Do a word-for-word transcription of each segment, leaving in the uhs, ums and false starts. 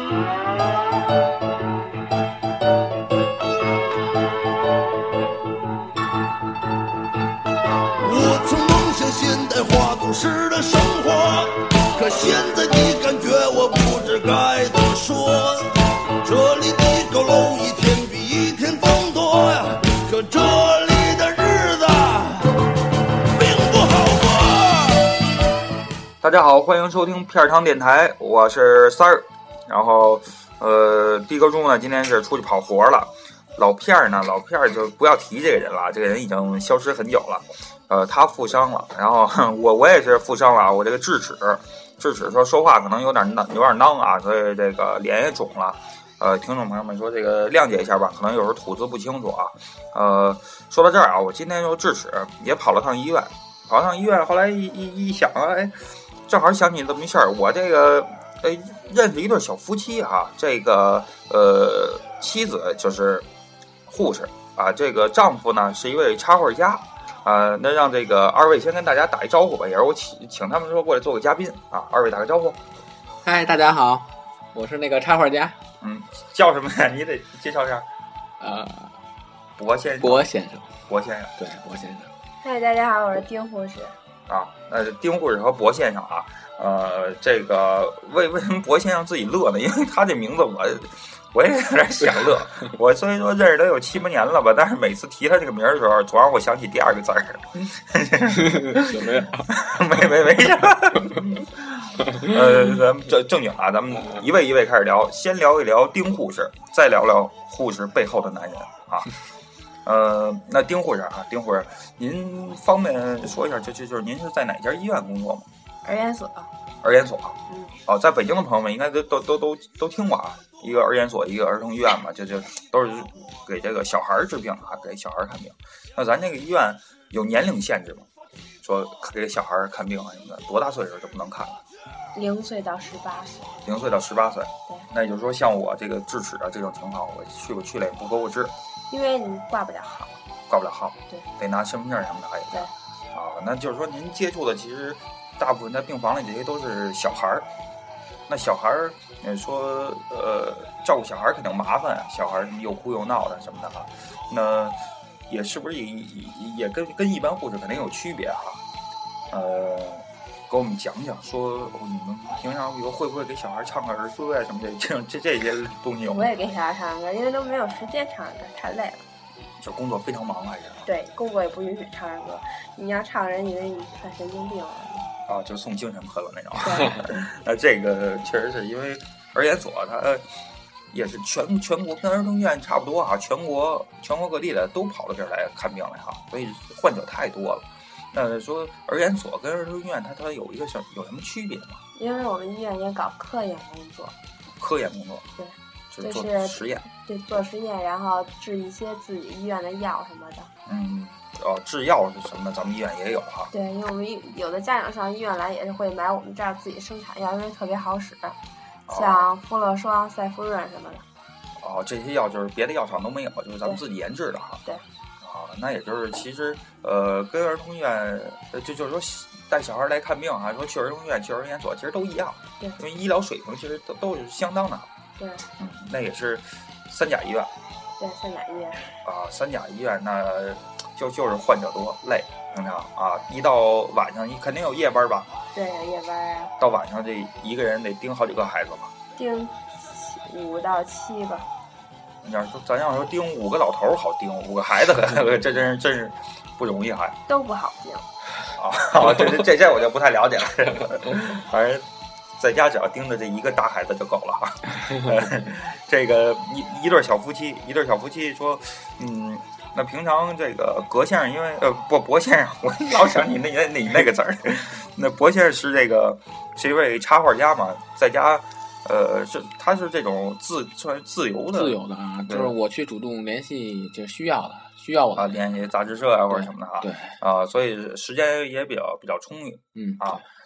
我曾梦想现代化都市的生活，可现在的感觉我不知该怎么说。这里的高楼一天比一天增多呀，可这里的日子并不好过。 大家好，欢迎收听片儿汤电台，我是三儿。然后，呃，地哥猪呢，今天是出去跑活了。老片儿呢，老片儿就不要提这个人了，这个人已经消失很久了。呃，他负伤了，然后我我也是负伤了，我这个智齿，智齿说说话可能有点有点囔啊，所以这个脸也肿了。呃，听众朋友们说这个谅解一下吧，可能有时候吐字不清楚啊。呃，说到这儿啊，我今天就智齿也跑了趟医院，跑了趟医院，后来一一一想啊，哎，正好想起这么一事儿，我这个呃认识一对小夫妻啊，这个呃妻子就是护士啊，这个丈夫呢是一位插画家。呃，那让这个二位先跟大家打一招呼吧，也是我请请他们说过来做个嘉宾啊。二位打个招呼。 嗨，大家好，我是那个插画家。 嗯，叫什么呀？你得介绍一下。 呃， 博先生。 博先生。 博先生。 对，博先生。 嗨，大家好，我是丁护士。 啊，呃，丁护士和博先生啊，呃，这个为为什么博先生自己乐呢？因为他这名字我。我也有点想乐，我虽然说认识他有七八年了吧，但是每次提他这个名儿的时候，总让我想起第二个字儿。 有没有？ 没没没啥。呃，咱们正正经啊，咱们一位一位开始聊，先聊一聊丁护士，再聊聊护士背后的男人啊。呃，那丁护士啊，丁护士，您方便说一下，就就就是您是在哪家医院工作吗？ 儿研所。 儿研所。 嗯。 哦，在北京的朋友们应该都都都都都听过啊。一个儿研所，一个儿童医院嘛，就就都是给这个小孩治病啊，给小孩看病。那咱这个医院有年龄限制吗？说给小孩看病啊什么的，多大岁数就不能看了？ 零岁到十八岁。 零岁到十八岁。 对。 那也就是说，像我这个智齿的这种情况，我去过去了也不给我治， 因为你挂不了号。 挂不了号。 对。 得拿身份证什么的还有。 对。 啊，那就是说您接触的其实大部分在病房里这些都是小孩儿。那小孩儿，你说呃，照顾小孩儿肯定麻烦啊，小孩儿又哭又闹的什么的哈。那也是不是也也也跟跟一般护士肯定有区别哈？呃，给我们讲讲，说、哦、你们平常比如会不会给小孩唱个儿歌啊什么的，这这这些东西有吗？ 我也给小孩唱歌，因为都没有时间唱歌，太累了。 就工作非常忙还是？ 对，工作也不允许唱歌，你要唱人以为你犯神经病了。 啊，就送精神科了那种。那这个确实是因为儿研所它也是全全国跟儿童医院差不多啊，全国全国各地的都跑到这儿来看病来哈，所以患者太多了。那说儿研所跟儿童医院它它有一个什有什么区别吗？ 因为我们医院也搞科研工作。 科研工作。 对。 就是做实验。 对，做实验，然后制一些自己医院的药什么的。 嗯。哦，制药是什么的？咱们医院也有哈。 对，因为我们有的家长上医院来也是会买我们这儿自己生产药，因为特别好使，像富乐霜、赛芙润什么的。 哦，这些药就是别的药厂都没有，就是咱们自己研制的哈。 对。 啊，那也就是其实呃，跟儿童医院就就是说带小孩来看病啊，说去儿童医院、去儿研所其实都一样。 对。 因为医疗水平其实都都是相当的。 对。 嗯，那也是三甲医院。 对，三甲医院。 啊，三甲医院那。就就是患者多累，平常啊，一到晚上你肯定有夜班吧？ 对，有夜班啊。 到晚上这一个人得盯好几个孩子吧？ 盯五到七个。 你要说咱要说盯五个老头好盯，五个孩子这真是真是不容易还。 都不好盯。 啊，这这这这我就不太了解了，反正在家只要盯着这一个大孩子就够了哈。这个一一对小夫妻，一对小夫妻说，嗯。那平常这个葛先生，因为呃不博先生，我老想你那那那那个字儿。那博先生是这个是一位插画家嘛，在家呃是他是这种自算自由的自由的啊，就是我去主动联系这需要的需要我的啊，联系杂志社啊或者什么的哈。 对啊，所以时间也比较比较充裕。 嗯啊，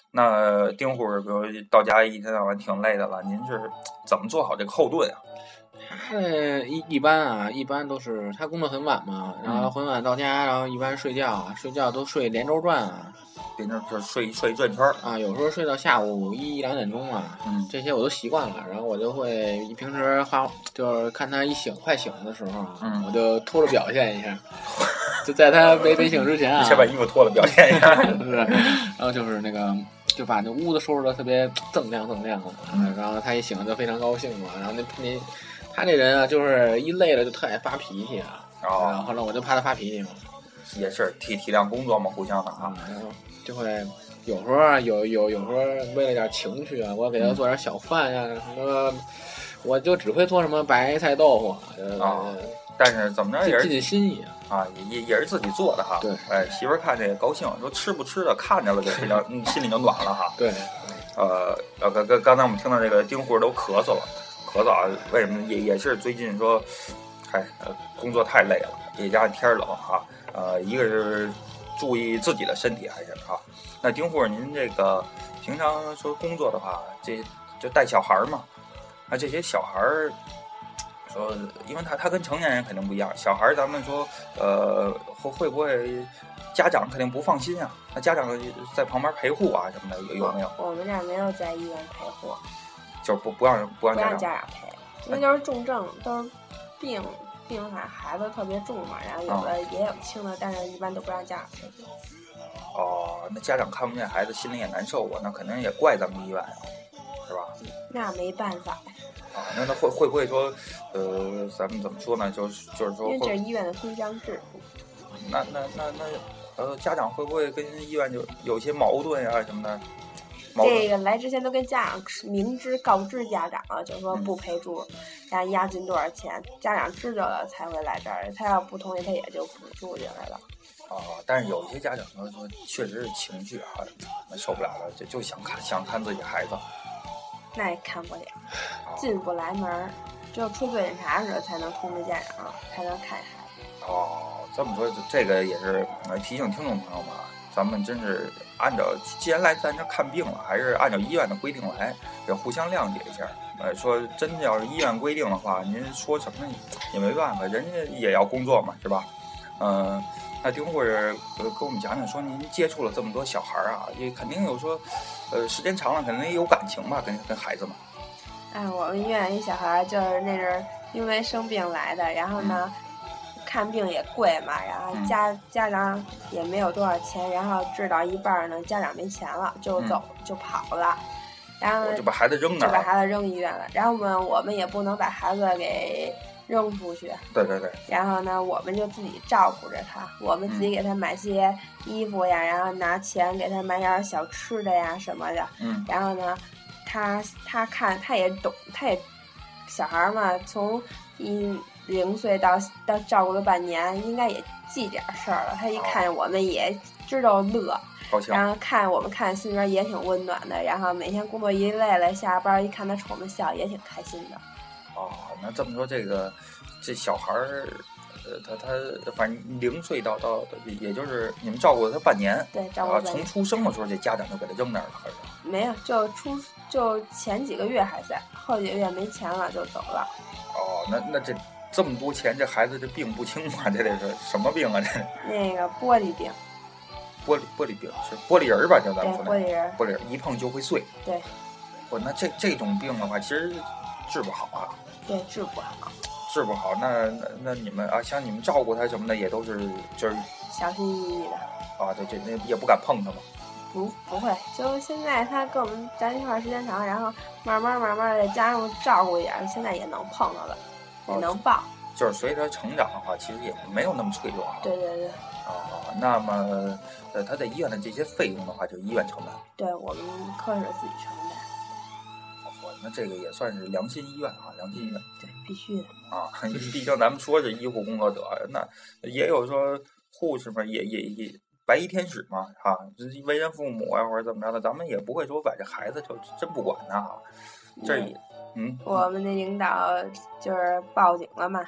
那丁护士，比如到家一天到晚挺累的了，您是怎么做好这个后盾啊？ 呃，一一般啊，一般都是他工作很晚嘛，然后很晚到家，然后一般睡觉啊，睡觉都睡连轴转啊， 连着就睡睡一转圈啊，有时候睡到下午一两点钟啊， 嗯， 这些我都习惯了，然后我就会平时画，就是看他一醒快醒的时候， 嗯， 我就偷着表现一下，就在他没没醒之前啊， 先把衣服脱了表现一下， 是，然后就是那个。就把那屋子收拾的特别锃亮锃亮的，嗯，然后他一醒就非常高兴嘛。然后那那他这人啊，就是一累了就特爱发脾气啊。 哦， 然后后来我就怕他发脾气嘛， 也是体体谅工作嘛，互相的啊。 然后就会有时候啊，有有有时候为了点情绪啊，我给他做点小饭呀、啊，什么，我就只会做什么白菜豆腐啊。 哦，但是怎么着也是尽尽心意啊，也也是自己做的哈。 对， 哎，媳妇儿看着也高兴，说吃不吃的看着了就比较，嗯，心里就暖了哈。 对， 呃，呃，刚刚刚才我们听到这个丁护士都咳嗽了，咳嗽啊，为什么也也是最近说，哎，呃，工作太累了，也加上天冷哈，呃，一个是注意自己的身体还是哈。那丁护士您这个平常说工作的话，这就带小孩嘛，那这些小孩儿。说，因为他他跟成年人肯定不一样，小孩咱们说，呃，会会不会家长肯定不放心啊？那家长在旁边陪护啊什么的有有没有？ 我们这儿没有在医院陪护， 就是不不让不让不让家长家长陪，因为都是重症，都是病病孩孩子特别重嘛，然后有的也有轻的，但是一般都不让家长陪护。 哦，那家长看不见孩子，心里也难受啊，那肯定也怪咱们医院啊，是吧？ 那没办法。 啊，那他会会不会说，呃，咱们怎么说呢？就是就是说， 因为这是医院的规章制度。 那那那那，呃，家长会不会跟医院就有一些矛盾呀、啊、什么的？ 这个来之前都跟家长明知告知家长了，就是说不陪住，然后押金多少钱，家长知道了才会来这儿。他要不同意，他也就不住进来了。 哦，但是有些家长说说，确实是情绪啊，受不了了，就就想看想看自己孩子。 那也看不了，进不来门，只有出做检查时候才能通知家长，才能看孩子。 哦，这么说，这个也是呃提醒听众朋友们啊，咱们真是按照既然来咱这看病了，还是按照医院的规定来，要互相谅解一下。呃，说真的要是医院规定的话，您说什么也没办法，人家也要工作嘛，是吧？嗯、呃。那丁护士呃跟我们讲讲，说您接触了这么多小孩啊，也肯定有说，呃，时间长了肯定也有感情吧，跟跟孩子们。 哎，我们医院一小孩就是那阵儿因为生病来的，然后呢，嗯、看病也贵嘛，然后家、嗯、家长也没有多少钱，然后治到一半呢，家长没钱了，就走、嗯、就跑了，然后就把孩子扔那儿， 就把孩子扔医院了，然后我们我们也不能把孩子给。扔出去， 对对对。 然后呢，我们就自己照顾着他，我们自己给他买些衣服呀，嗯、然后拿钱给他买点小吃的呀什么的。 嗯。 然后呢，他他看他也懂，他也小孩嘛，从一零岁到到照顾了半年，应该也记点事儿了。他一看我们也知道乐， 高兴。 然后看我们看心里边也挺温暖的。然后每天工作一累了，下班一看他冲我们笑，也挺开心的。 哦，那这么说，这个这小孩儿，呃，他他反正零岁到到，也就是你们照顾了他半年， 对，照顾了半年。从出生的时候，这家长就给他扔那儿了，还是？ 没有，就出就前几个月还在，后几个月没钱了就走了。 哦，那那这这么多钱，这孩子这病不轻啊，这得是什么病啊？这那个玻璃病。 玻璃玻璃病是玻璃人吧？就咱们说的。玻璃人。 玻璃人一碰就会碎。 对。 不，那这这种病的话，其实治不好啊。 对，治不好， 治不好。那那那你们啊，像你们照顾他什么的，也都是就是小心翼翼的。 啊，对，这那也不敢碰他嘛。 不，不会。就现在他跟我们在一块儿时间长，然后慢慢慢慢的加上照顾一点，现在也能碰到了，也能抱。 哦、就是随着成长的话，其实也没有那么脆弱啊。 对对对。 哦，那么呃，他在医院的这些费用的话，就是医院承担。 对，我们科室自己承担。 那这个也算是良心医院啊，良心医院。 对，必须的啊，毕竟咱们说是医护工作者，那也有说护士们也也也白衣天使嘛，哈、啊，为人父母啊或者怎么着的，咱们也不会说把这孩子就真不管他、啊。这也，嗯， 我们的领导就是报警了嘛。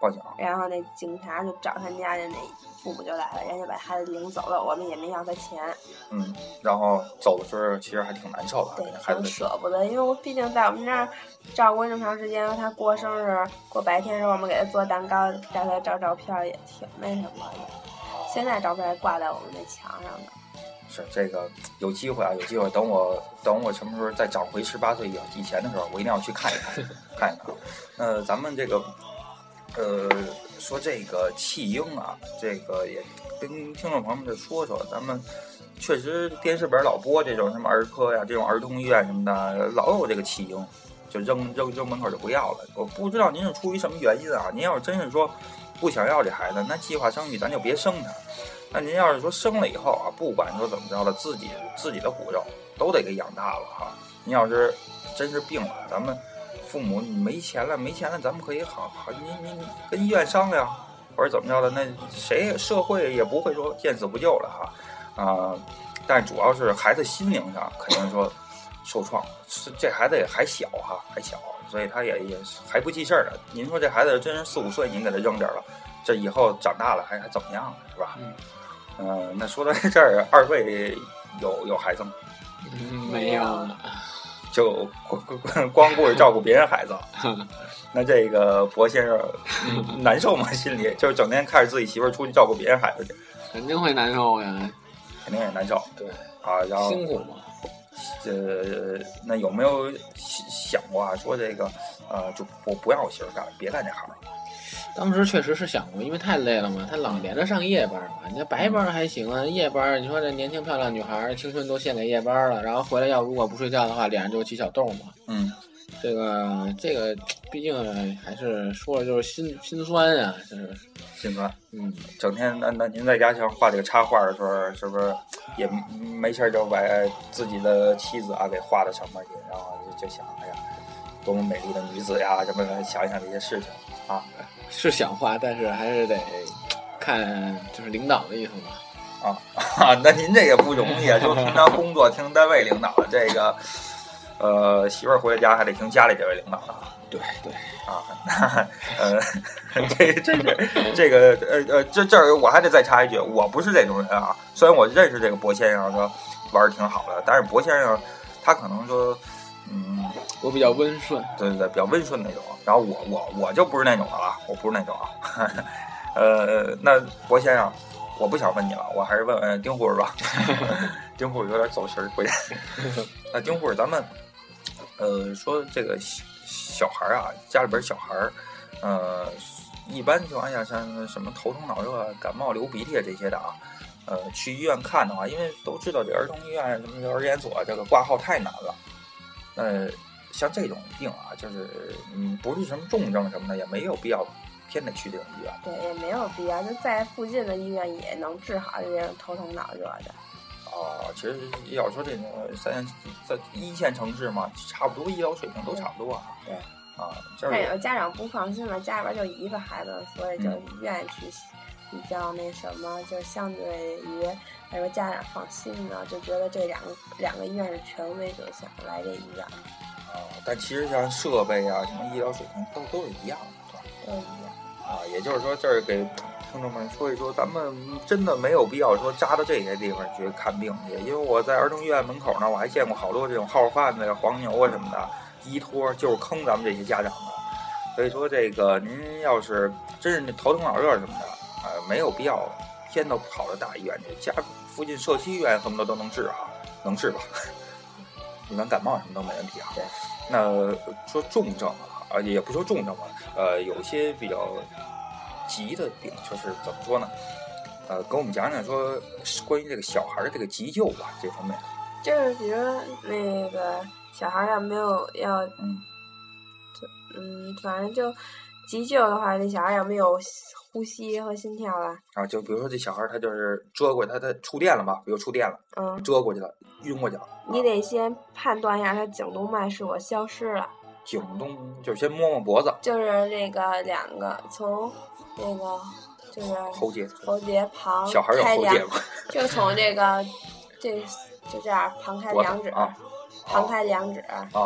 报警， 然后那警察就找他家的那父母就来了，人家把孩子领走了，我们也没要他钱。 嗯，然后走的时候其实还挺难受的， 对， 孩子挺舍不得，因为我毕竟在我们这儿照顾这么长时间，他过生日、过白天的时候，我们给他做蛋糕，带他照照片，也挺那什么的。现在照片还挂在我们那墙上呢。 是这个有机会啊，有机会，等我等我什么时候再长回十八岁以前的时候，我一定要去看一看，看一看。呃，咱们这个呃说这个弃婴啊，这个也跟听众朋友们就说说，咱们确实电视本老播这种什么儿科呀，这种儿童医院什么的，老有这个弃婴，就扔扔扔门口就不要了。我不知道您是出于什么原因啊？您要是真是说不想要这孩子，那计划生育咱就别生他。那您要是说生了以后啊，不管说怎么着的，自己自己的骨肉都得给养大了哈。您要是真是病了，咱们父母你没钱了，没钱了，咱们可以好好您您您跟医院商量，或者怎么着的，那谁社会也不会说见死不救了哈。啊、呃，但主要是孩子心灵上肯定说受创，是这孩子也还小哈，还小，所以他也也还不记事儿呢。您说这孩子真是四五岁，您给他扔这儿了，这以后长大了还还怎么样呢？是吧？ 嗯。 呃，那说到这儿，二位有有孩子吗？ 嗯、没有， 就光光顾着照顾别人孩子。那这个博先生、嗯、难受吗？心里就是整天看着自己媳妇儿出去照顾别人孩子去， 肯定会难受呀， 肯定也难受。 对啊，然后辛苦嘛。 呃，那有没有想过啊？说这个呃，就我不让我媳妇干，别干这行。 当时确实是想过，因为太累了嘛，他老连着上夜班嘛。你这白班还行啊，夜班你说这年轻漂亮女孩青春都献给夜班了，然后回来要如果不睡觉的话，脸上就起小痘嘛。 嗯， 这个这个毕竟还是说了就是心心酸啊，就是心酸。 嗯， 整天那那您在家像画这个插画的时候，是不是也没事就把自己的妻子啊给画到上面去，然后就想哎呀，多么美丽的女子呀，什么的，想一想这些事情啊。 是想画，但是还是得看就是领导的意思嘛。 啊啊，那您这个不容易啊，就平常工作听单位领导的这个，呃，媳妇儿回家还得听家里这位领导的。 对对啊，那呃，这这是这个呃呃，这这儿我还得再插一句，我不是这种人啊。虽然我认识这个博先生说玩的挺好的，但是博先生他可能说。嗯， 我比较温顺， 对对对，比较温顺那种。然后我我我就不是那种的了，我不是那种啊。呃，那博先生，我不想问你了，我还是问问丁护士吧。丁护士有点走神儿，回来。那丁护士，咱们呃说这个小孩啊，家里边小孩呃，一般情况下像什么头疼脑热、感冒、流鼻涕这些的啊，呃，去医院看的话，因为都知道这儿童医院什么幼儿研所这个挂号太难了。呃，像这种病啊，就是嗯，不是什么重症什么的，也没有必要偏得去这种医院。 对，也没有必要，就在附近的医院也能治好这种头疼脑热的。 哦、呃，其实要说这种三在一线城市嘛，差不多医疗水平都差不多啊。 对。 啊，这但有家长不放心了，家里边就一个孩子，所以就愿意去比较那什么，嗯、就相对于来说家长放心呢，就觉得这两个两个医院是权威，就想来这医院。 啊，但其实像设备啊，什么医疗水平都都是一样的，是吧？ 都一样。 啊，也就是说，这儿给听众们说一说，咱们真的没有必要说扎到这些地方去看病去，因为我在儿童医院门口呢，我还见过好多这种号贩子呀、黄牛啊什么的，依托就是坑咱们这些家长的。所以说，这个您要是真是那头疼脑热什么的，呃，没有必要偏到跑到大医院去，家附近社区医院恨不得都能治啊，能治吧？一般感冒什么都没问题啊。 对。 那说重症啊，也不说重症吧，呃，有些比较急的病，就是怎么说呢？呃，跟我们讲讲说关于这个小孩的这个急救吧，这方面。 就是比如那个小孩要没有要， 嗯， 嗯，反正就急救的话，那小孩要没有呼吸和心跳了啊，就比如说这小孩他就是遮过他他触电了吧，比如触电了， 嗯， 遮过去了，晕过去了， 你得先判断一下他颈动脉是否消失了。 颈动就是先摸摸脖子， 就是那个两个从那个就是喉结喉结旁小孩有喉结吗？ 就从这个这就这样旁开两指， 啊， 旁开两指啊，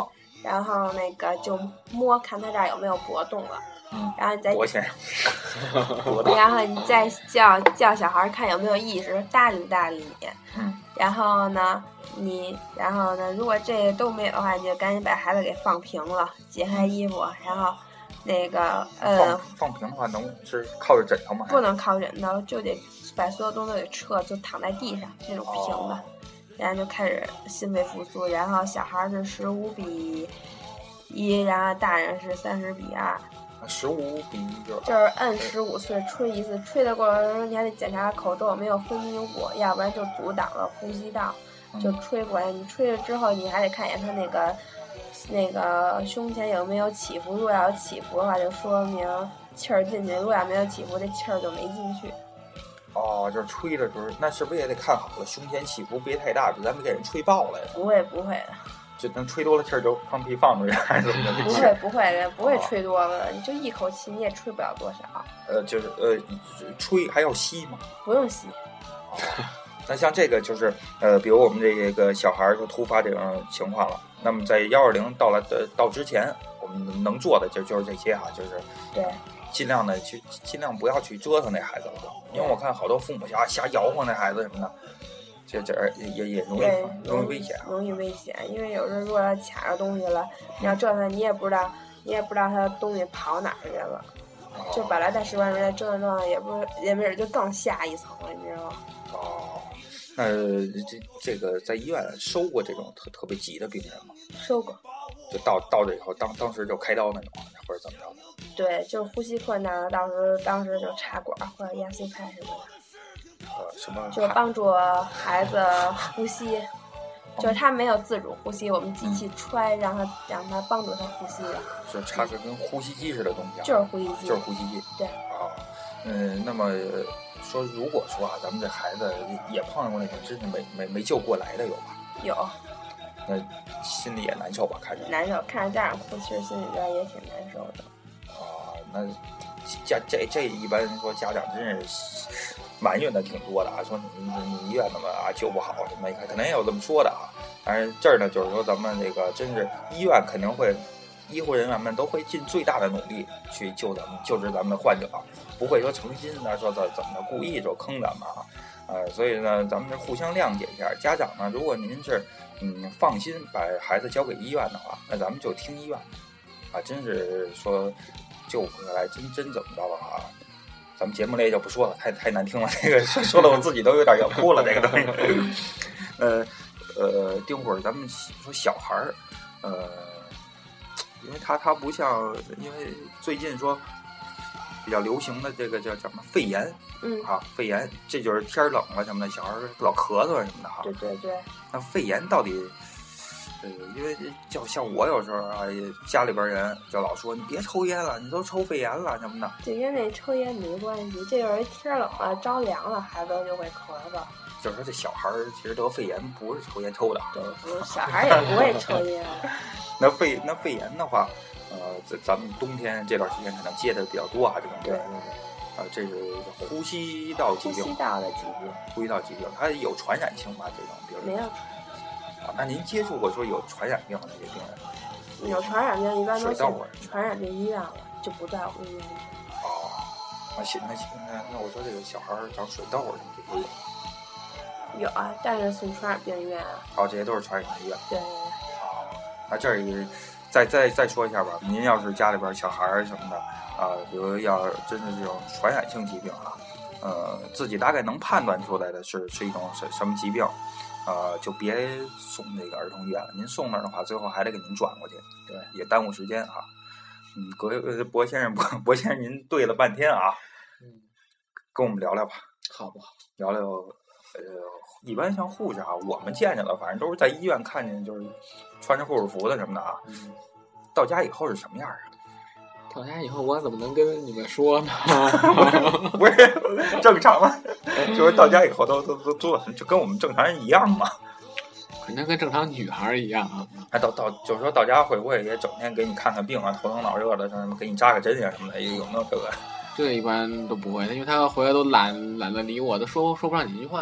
然后那个就摸看他这儿有没有搏动了， 嗯， 然后你再多先生， 然后你再叫叫小孩看有没有意识，搭理搭理你， 嗯， 然后呢你然后呢如果这个都没有的话，你就赶紧把孩子给放平了，解开衣服，然后那个呃放放平的话能是靠着枕头吗？ 不能靠枕头，就得把所有东西给撤，就躺在地上那种平的。哦，然后就开始心肺复苏，然后小孩是十五比一，然后大人是三十比二。 十五比一就就是按十五岁吹一次，吹的过程中你还得检查口窦有没有分泌物，要不然就阻挡了呼吸道，就吹过来。你吹了之后，你还得看一眼他那个那个胸前有没有起伏，如果要有起伏的话，就说明气儿进去；如果要没有起伏，这气儿就没进去。 哦，就是吹的时候，那是不是也得看好了，胸前起伏别太大，就咱们给人吹爆了呀？ 不会不会的， 就能吹多了气儿就放屁放出去，还是怎么的？ 不会不会的，不会吹多了，哦，你就一口气你也吹不了多少。 呃，就是呃，吹还要吸吗？ 不用吸。 哦，那像这个就是呃，比如我们这个小孩就突发这种情况了，那么在幺二零到来的到之前，我们能做的就就是这些啊，就是对。 尽量的去，尽量不要去折腾那孩子了，因为我看好多父母瞎瞎摇晃那孩子什么的，这这也也容易容易危险， 容易危险。因为有时候如果要卡着东西了，你要折腾，你也不知道，你也不知道他东西跑哪儿去了，哦，就本来在十万人再折腾折腾，也不也没准就更下一层了，你知道吗？ 哦，那这这个在医院收过这种特特别急的病人吗？ 收过。 就到到这以后，当当时就开刀那种，或者怎么着的？ 对，就是呼吸困难了，当时当时就插管或者压 C 派什么的。 呃，什么？ 就帮助孩子呼吸，就是他没有自主呼吸，我们机器揣，让他让他帮助他呼吸的。 是插个跟呼吸机似的东西啊？ 就是呼吸机。 就是呼吸机。 对。 啊，嗯，那么说，如果说啊，咱们这孩子也碰到过那种真是没没没救过来的，有吧？ 有。 那心里也难受吧？看着难受，看着家长哭，其实心里边也挺难受的。 啊，那家这这一般说家长真是埋怨的挺多的啊，说你你医院怎么啊救不好什么，可能也有这么说的啊。但是这儿呢，就是说咱们这个真是医院肯定会，医护人员们都会尽最大的努力去救咱们救治咱们的患者，不会说诚心的说怎怎么故意就坑咱们啊。呃，所以呢，咱们是互相谅解一下。家长呢，如果您是嗯放心把孩子交给医院的话，那咱们就听医院啊。真是说救不回来，真真怎么着的话，咱们节目里就不说了，太太难听了。这个说说的我自己都有点要哭了。这个东西，呃呃，丁会儿咱们说小孩儿，呃，因为他他不像，因为最近说比较流行的这个叫叫什么肺炎。 嗯啊，肺炎，这就是天冷了什么的，小孩老咳嗽什么的哈。 对对对。 那肺炎到底，呃，因为就像我有时候啊，家里边人就老说你别抽烟了，你都抽肺炎了什么的。 这跟那抽烟没关系，这就是天冷了，着凉了，孩子就会咳嗽。 就是说这小孩其实得肺炎不是抽烟抽的。 对，不是小孩也不会抽烟。 那肺那肺炎的话，呃，咱咱们冬天这段时间可能接的比较多啊，这种病。 对。 啊，这是呼吸道疾病。 呼吸道的疾病。 呼吸道疾病，它有传染性吗？这种病没有。 啊，那您接触过说有传染病的这些病人？ 有传染病一般都是传染病医院了，就不在我们医院。 哦，那行那行那那我说这个小孩长水痘什么这些有？ 有啊，但是送传染病医院啊。 哦，这些都是传染病医院。 对对对。 哦，那这儿也再再再说一下吧。您要是家里边小孩什么的。啊，比如要真是这种传染性疾病啊，呃，自己大概能判断出来的是是一种什什么疾病，呃，就别送这个儿童医院了。您送那儿的话，最后还得给您转过去， 对， 也耽误时间啊。嗯，葛呃博先生，博博先生，您对了半天啊， 嗯， 跟我们聊聊吧， 好不好？ 聊聊，呃，一般像护士啊，我们见见了，反正都是在医院看见，就是穿着护士服的什么的啊。 嗯， 到家以后是什么样啊？ 到家以后我怎么能跟你们说呢？ 不是正常吗？就是到家以后都都都做，就跟我们正常人一样嘛。 肯定跟正常女孩一样啊。 还到到就是说到家会不会也整天给你看看病啊，头疼脑热的，什么给你扎个针啊什么的，有没有这个？ 这一般都不会，因为他回来都懒懒得理我，都说说不上几句话。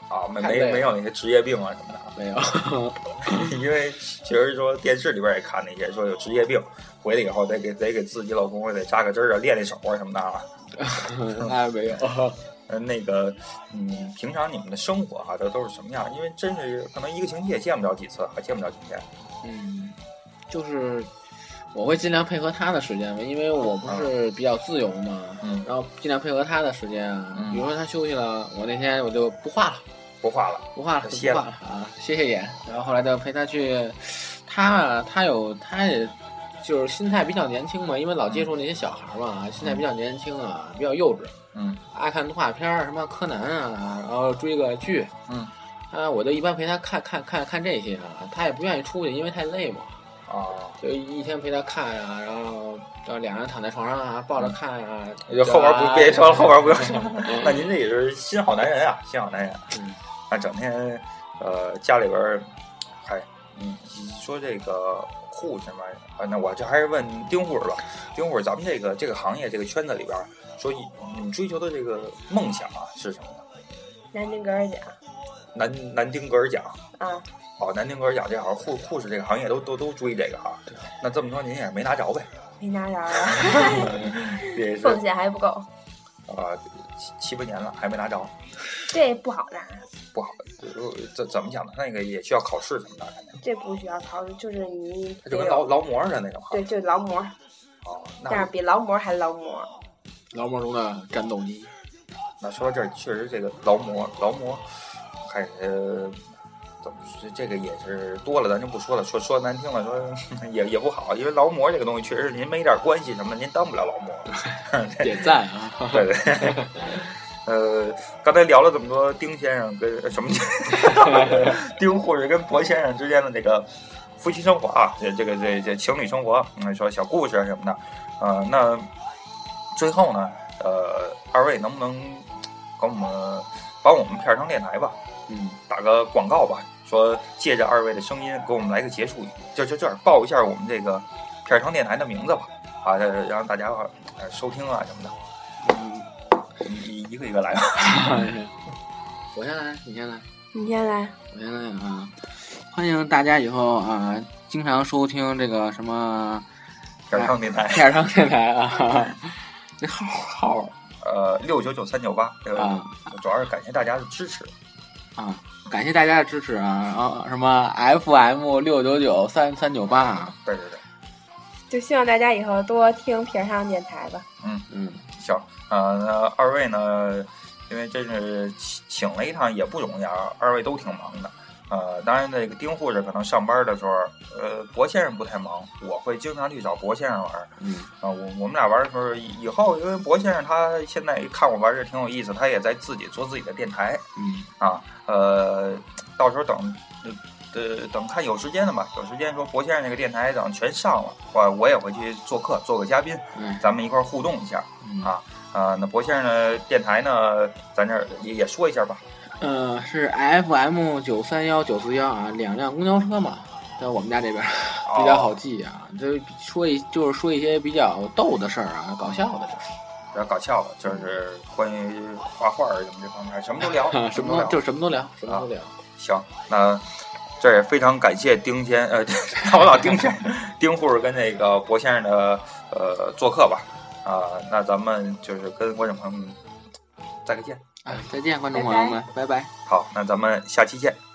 啊，没没没有那些职业病啊什么的， 没有， 因为其实说电视里边也看那些说有职业病，回来以后得给得给自己老公得扎个针啊，练练手啊什么的啊。 那没有。 呃，那个，嗯，平常你们的生活啊，都都是什么样？因为真是可能一个星期也见不着几次，还见不着几天。 嗯，就是我会尽量配合他的时间嘛，因为我不是比较自由嘛， 嗯， 然后尽量配合他的时间啊。嗯、比如说他休息了，我那天我就不画了， 不画了， 不画了， 歇了啊，歇歇眼。然后后来就陪他去，他他有他也就是心态比较年轻嘛，因为老接触那些小孩嘛，心态比较年轻啊，比较幼稚。 嗯， 爱看动画片，什么柯南啊，然后追个剧。 嗯， 啊，我就一般陪他看看看看这些啊，他也不愿意出去，因为太累嘛。 啊， 就一天陪他看啊，然后然后两人躺在床上啊，抱着看啊。 就后边不别说了，后边不用说。那您这也是心好男人啊，心好男人。 嗯， 那整天呃家里边，嗨，你说这个护士嘛，啊，那我这还是问丁护士吧。丁护士，咱们这个这个行业这个圈子里边，说你们追求的这个梦想啊是什么呢？ 南丁格尔奖。 南南丁格尔奖。 啊。 哦，南丁格尔奖这好像护护士这个行业都都都追这个哈。那这么说您也是没拿着呗？ 没拿着啊。 也是奉献还不够。 啊，七七八年了还没拿着。 这不好拿。 不好，怎怎么讲呢？那个也需要考试什么的。 这不需要考试，就是你。 就跟劳劳模似的那种。 对，就是劳模。 哦， 但是比劳模还劳模。 劳模中的战斗机。 那说到这儿，确实这个劳模劳模，还呃。怎么这个也是多了，咱就不说了。说说难听了，说也也不好，因为劳模这个东西确实您没点关系什么，您当不了劳模。 点赞啊！ 对对。呃，刚才聊了这么多丁先生跟什么丁护士跟博先生之间的这个夫妻生活啊，这这个这这情侣生活，嗯，说小故事什么的，呃，那最后呢，呃，二位能不能给我们帮我们片儿上电台吧？嗯，打个广告吧，说借着二位的声音给我们来个结束语，就就这儿报一下我们这个片儿上电台的名字吧，啊，让大家呃收听啊什么的。嗯，一一个一个来吧。 我先来，你先来， 你先来， 我先来啊！欢迎大家以后啊，经常收听这个什么片儿上电台， 片儿上电台啊，这号号呃六九九三九八， 啊， 主要是感谢大家的支持。 啊，感谢大家的支持啊！然后什么 F M 六九九三三九八， 对对对， 就希望大家以后多听片上电台吧。 嗯嗯，行，呃，那二位呢，因为真是请了一趟也不容易啊，二位都挺忙的。呃，当然那个丁护士可能上班的时候，呃，博先生不太忙，我会经常去找博先生玩。嗯，啊、呃，我我们俩玩的时候，以后因为博先生他现在看我玩这挺有意思，他也在自己做自己的电台。嗯，啊，呃，到时候等，呃，等看有时间的吧，有时间说博先生那个电台等全上了，我我也会去做客，做个嘉宾，嗯，咱们一块互动一下。嗯、啊，啊，那博先生的电台呢，咱这也也说一下吧。 呃，是 F M 九三幺九四幺啊，两辆公交车嘛，在我们家这边比较好记啊。就说一就是说一些比较逗的事儿啊，搞笑的事儿， 比较搞笑的，就是关于画画什么这方面，什么都聊， 什么就什么都聊，什么都聊。 啊、行，那这也非常感谢丁先呃，我老丁先丁护士跟那个博先生的呃做客吧啊、呃，那咱们就是跟观众朋友们再个见。 啊，再见，观众朋友们，拜拜。 好，那咱们下期见。